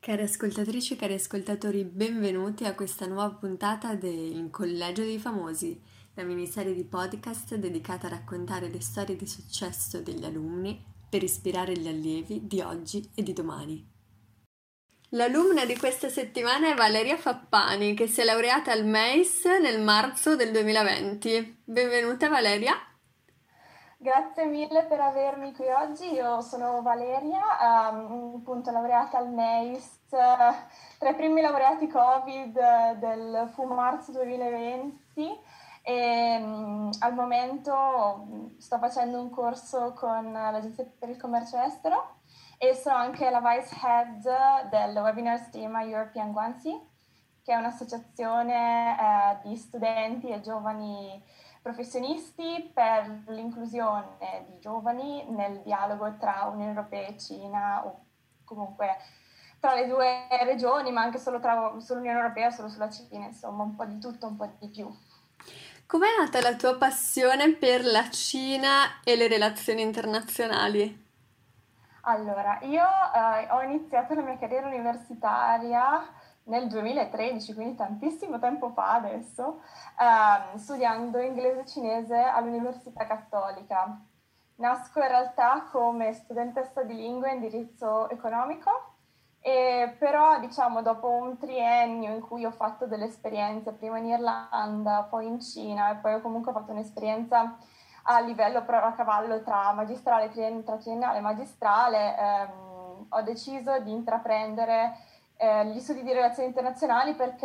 Cari ascoltatrici e cari ascoltatori, benvenuti a questa nuova puntata del Collegio dei Famosi, la miniserie di podcast dedicata a raccontare le storie di successo degli alunni per ispirare gli allievi di oggi e di domani. L'alumna di questa settimana è Valeria Fappani, che si è laureata al MEIS nel marzo del 2020. Benvenuta Valeria. Grazie mille per avermi qui oggi. Io sono Valeria, appunto laureata al MEIS, tra i primi laureati Covid fu marzo 2020 e al momento sto facendo un corso con l'Agenzia per il Commercio Estero e sono anche la Vice Head del Webinars Team European Guanxi, che è un'associazione di studenti e giovani professionisti per l'inclusione di giovani nel dialogo tra Unione Europea e Cina o comunque tra le due regioni, ma anche sull'Unione Europea o solo sulla Cina, insomma un po' di tutto, un po' di più. Com'è nata la tua passione per la Cina e le relazioni internazionali? Allora, io ho iniziato la mia carriera universitaria nel 2013, quindi tantissimo tempo fa adesso, studiando inglese e cinese all'Università Cattolica. Nasco in realtà come studentessa di lingua e indirizzo economico, però diciamo dopo un triennio in cui ho fatto delle esperienze, prima in Irlanda, poi in Cina e poi ho comunque fatto un'esperienza a livello però a cavallo tra magistrale, tra triennale e magistrale, ho deciso di intraprendere gli studi di relazioni internazionali perché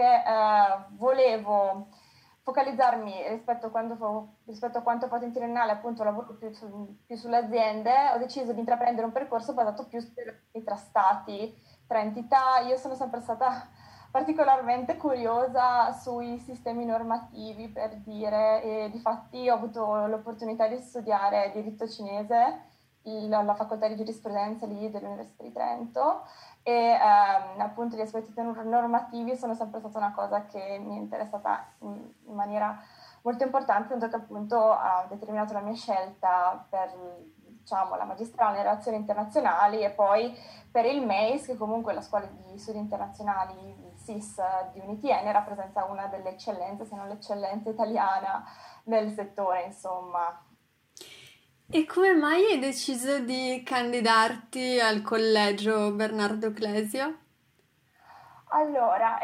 volevo focalizzarmi rispetto a quanto ho fatto in triennale, appunto lavoro più sulle aziende, ho deciso di intraprendere un percorso basato più sulle relazioni tra stati, tra entità. Io sono sempre stata particolarmente curiosa sui sistemi normativi, per dire, e difatti ho avuto l'opportunità di studiare diritto cinese alla facoltà di giurisprudenza lì dell'Università di Trento e appunto gli aspetti normativi sono sempre stata una cosa che mi è interessata in maniera molto importante, tanto che appunto ha determinato la mia scelta per, diciamo, la magistrale in relazioni internazionali e poi per il MEIS, che comunque è la scuola di studi internazionali, il SIS di UniTN, rappresenta una delle eccellenze, se non l'eccellenza italiana nel settore, insomma. E come mai hai deciso di candidarti al collegio Bernardo Clesio? Allora,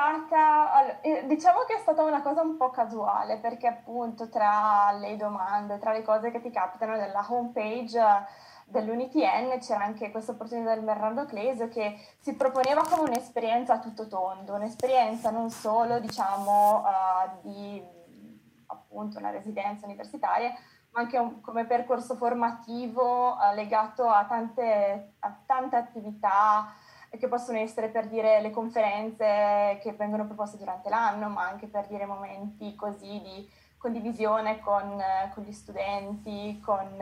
diciamo che è stata una cosa un po' casuale, perché appunto tra le domande, tra le cose che ti capitano nella homepage dell'UniTN c'era anche questa opportunità del Bernardo Clesio che si proponeva come un'esperienza a tutto tondo, un'esperienza non solo, diciamo, di appunto una residenza universitaria, ma anche come percorso formativo legato a tante attività che possono essere, per dire, le conferenze che vengono proposte durante l'anno, ma anche per dire momenti così di condivisione con gli studenti,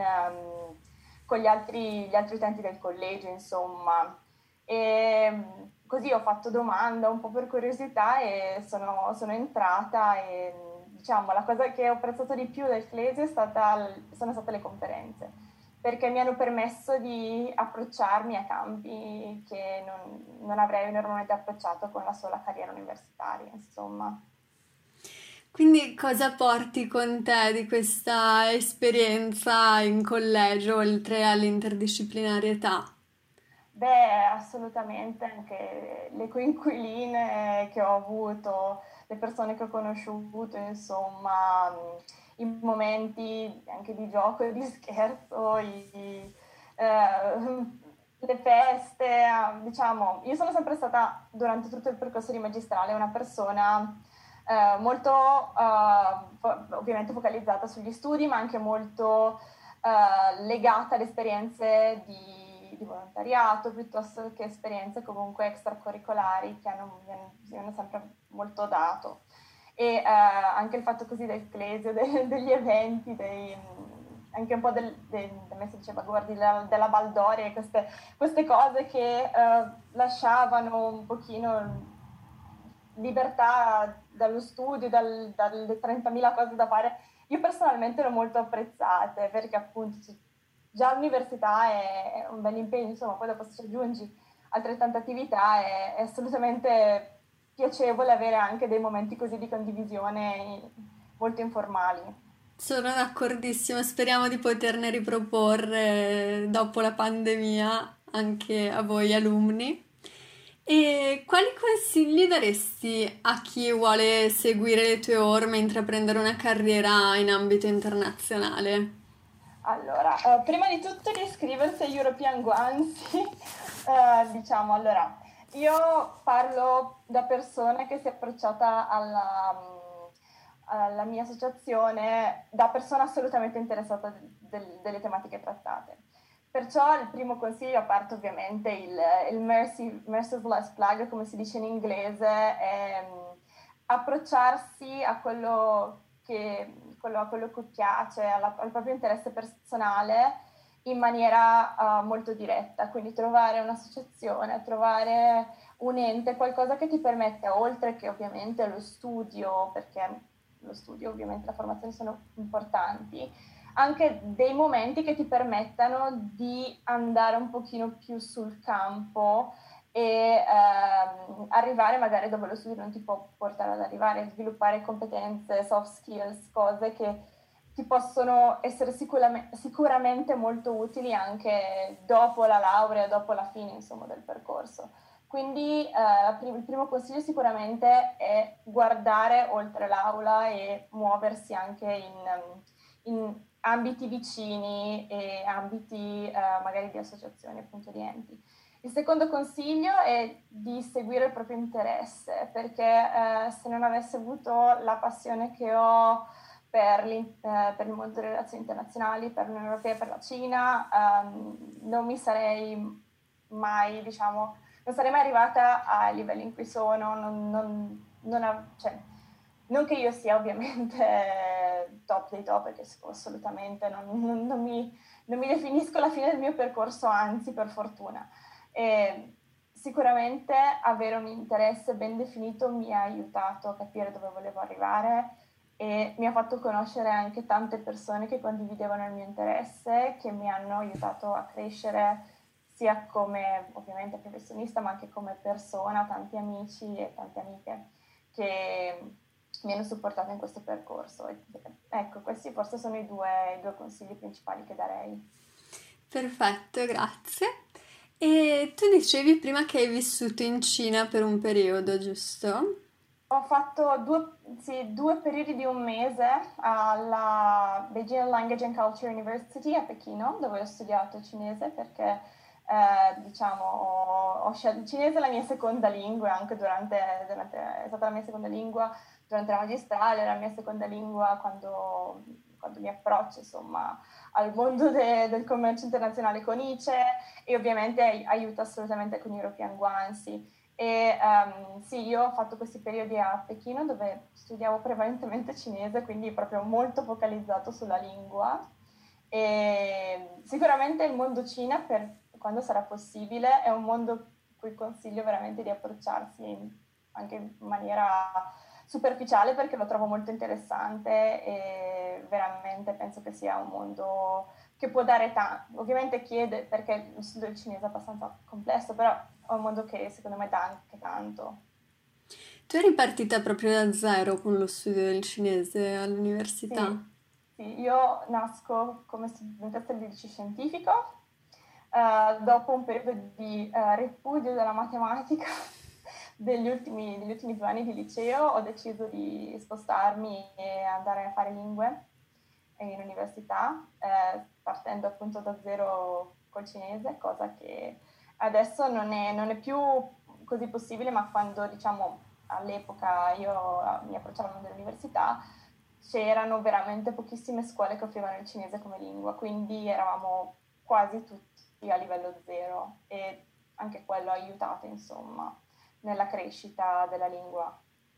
con gli altri utenti del collegio, insomma. E così ho fatto domanda un po' per curiosità e sono entrata e diciamo la cosa che ho apprezzato di più del Clesio sono state le conferenze, perché mi hanno permesso di approcciarmi a campi che non avrei normalmente approcciato con la sola carriera universitaria, insomma. Quindi cosa porti con te di questa esperienza in collegio oltre all'interdisciplinarietà? Beh, assolutamente, anche le coinquiline che ho avuto, le persone che ho conosciuto, insomma, i momenti anche di gioco e di scherzo, le feste, diciamo, io sono sempre stata durante tutto il percorso di magistrale una persona molto ovviamente focalizzata sugli studi, ma anche molto legata ad esperienze di volontariato piuttosto che esperienze comunque extracurricolari che mi hanno sempre molto dato. E anche il fatto così del Clesio, degli eventi, anche un po' da me si diceva, guardi, della baldoria, queste cose che lasciavano un pochino libertà dallo studio, dalle 30.000 cose da fare. Io personalmente l'ho molto apprezzate perché appunto già l'università è un bel impegno, insomma, poi dopo se ci aggiungi altrettanta attività, è assolutamente piacevole avere anche dei momenti così di condivisione molto informali. Sono d'accordissimo, speriamo di poterne riproporre dopo la pandemia anche a voi alumni. E quali consigli daresti a chi vuole seguire le tue orme e intraprendere una carriera in ambito internazionale? Allora, prima di tutto di iscriversi a European Guanxi, diciamo, allora, io parlo da persona che si è approcciata alla mia associazione, da persona assolutamente interessata delle tematiche trattate. Perciò il primo consiglio, a parte ovviamente il merciless plug, come si dice in inglese, è approcciarsi a quello che piace, al proprio interesse personale in maniera molto diretta, quindi trovare un'associazione, trovare un ente, qualcosa che ti permetta, oltre che ovviamente lo studio, perché lo studio ovviamente la formazione sono importanti, anche dei momenti che ti permettano di andare un pochino più sul campo e arrivare magari dove lo studio non ti può portare ad arrivare, sviluppare competenze, soft skills, cose che ti possono essere sicuramente molto utili anche dopo la laurea, dopo la fine, insomma, del percorso. Quindi il primo consiglio sicuramente è guardare oltre l'aula e muoversi anche in ambiti vicini e ambiti magari di associazioni, appunto di enti. Il secondo consiglio è di seguire il proprio interesse, perché se non avessi avuto la passione che ho per il mondo delle relazioni internazionali, per l'Unione Europea, per la Cina, non mi sarei mai, diciamo, non sarei mai arrivata ai livelli in cui sono, cioè, non che io sia ovviamente top dei top, perché assolutamente non mi definisco la fine del mio percorso, anzi, per fortuna. E sicuramente avere un interesse ben definito mi ha aiutato a capire dove volevo arrivare e mi ha fatto conoscere anche tante persone che condividevano il mio interesse, che mi hanno aiutato a crescere sia come ovviamente professionista, ma anche come persona, tanti amici e tante amiche che mi hanno supportato in questo percorso. Ecco, questi forse sono i due consigli principali che darei. Perfetto, grazie. E tu dicevi prima che hai vissuto in Cina per un periodo, giusto? Ho fatto due periodi di un mese alla Beijing Language and Culture University a Pechino, dove ho studiato cinese perché, diciamo, ho scelto il cinese la mia seconda lingua, anche è stata la mia seconda lingua durante la magistrale, la mia seconda lingua quando mi approccio, insomma, al mondo del commercio internazionale con ICE e ovviamente aiuta assolutamente con European Guanxi. E sì, io ho fatto questi periodi a Pechino dove studiavo prevalentemente cinese, quindi proprio molto focalizzato sulla lingua. E sicuramente il mondo Cina, per quando sarà possibile, è un mondo cui consiglio veramente di approcciarsi anche in maniera superficiale perché lo trovo molto interessante e veramente penso che sia un mondo che può dare tanto. Ovviamente chiede, perché lo studio del cinese è abbastanza complesso, però è un mondo che secondo me dà anche tanto. Tu eri partita proprio da zero con lo studio del cinese all'università? Sì, sì, io nasco come studentessa di liceo scientifico, dopo un periodo di ripudio della matematica degli ultimi 2 anni di liceo, ho deciso di spostarmi e andare a fare lingue in università, partendo appunto da zero col cinese, cosa che adesso non è più così possibile, ma quando diciamo all'epoca io mi approcciavo all'università c'erano veramente pochissime scuole che offrivano il cinese come lingua, quindi eravamo quasi tutti a livello zero e anche quello ha aiutato insomma nella crescita della lingua.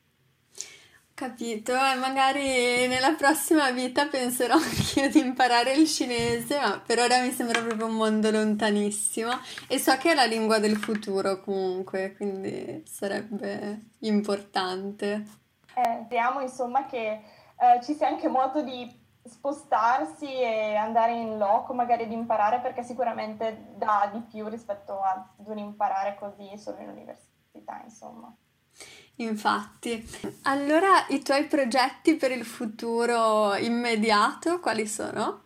Capito, e magari nella prossima vita penserò anch'io di imparare il cinese, ma per ora mi sembra proprio un mondo lontanissimo e so che è la lingua del futuro comunque, quindi sarebbe importante. Speriamo insomma che ci sia anche modo di spostarsi e andare in loco, magari ad imparare, perché sicuramente dà di più rispetto ad un imparare così solo in università, insomma. Infatti. Allora, i tuoi progetti per il futuro immediato quali sono?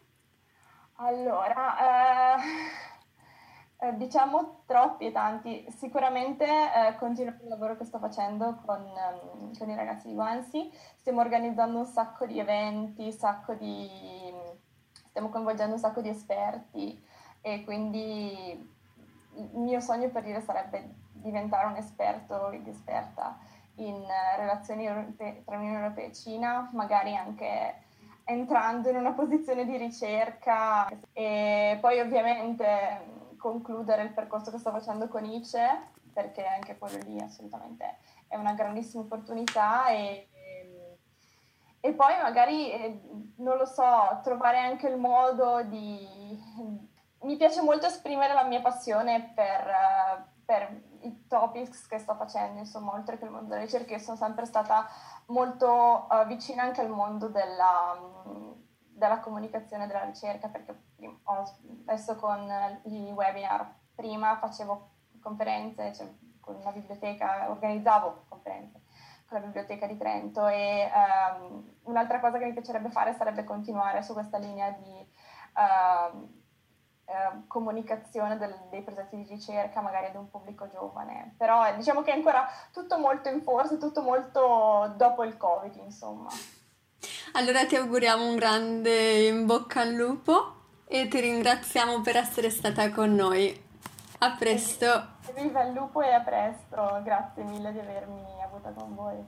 Allora, diciamo troppi e tanti. Sicuramente continuo il lavoro che sto facendo con i ragazzi di Guansi. Stiamo organizzando un sacco di eventi, stiamo coinvolgendo un sacco di esperti e quindi il mio sogno per dire sarebbe diventare un esperto ed esperta in relazioni tra Unione Europea e Cina, magari anche entrando in una posizione di ricerca e poi ovviamente concludere il percorso che sto facendo con ICE, perché anche quello lì assolutamente è una grandissima opportunità e poi magari, non lo so, trovare anche il modo di... Mi piace molto esprimere la mia passione per i topics che sto facendo, insomma, oltre che il mondo della ricerca, io sono sempre stata molto vicina anche al mondo della comunicazione della ricerca, perché adesso con i webinar, prima facevo conferenze, cioè con la biblioteca, organizzavo conferenze con la Biblioteca di Trento e un'altra cosa che mi piacerebbe fare sarebbe continuare su questa linea di comunicazione dei progetti di ricerca magari ad un pubblico giovane, però diciamo che è ancora tutto molto in forza, tutto molto dopo il Covid, insomma. Allora ti auguriamo un grande in bocca al lupo e ti ringraziamo per essere stata con noi. A presto! Viva il lupo e a presto, grazie mille di avermi avuta con voi.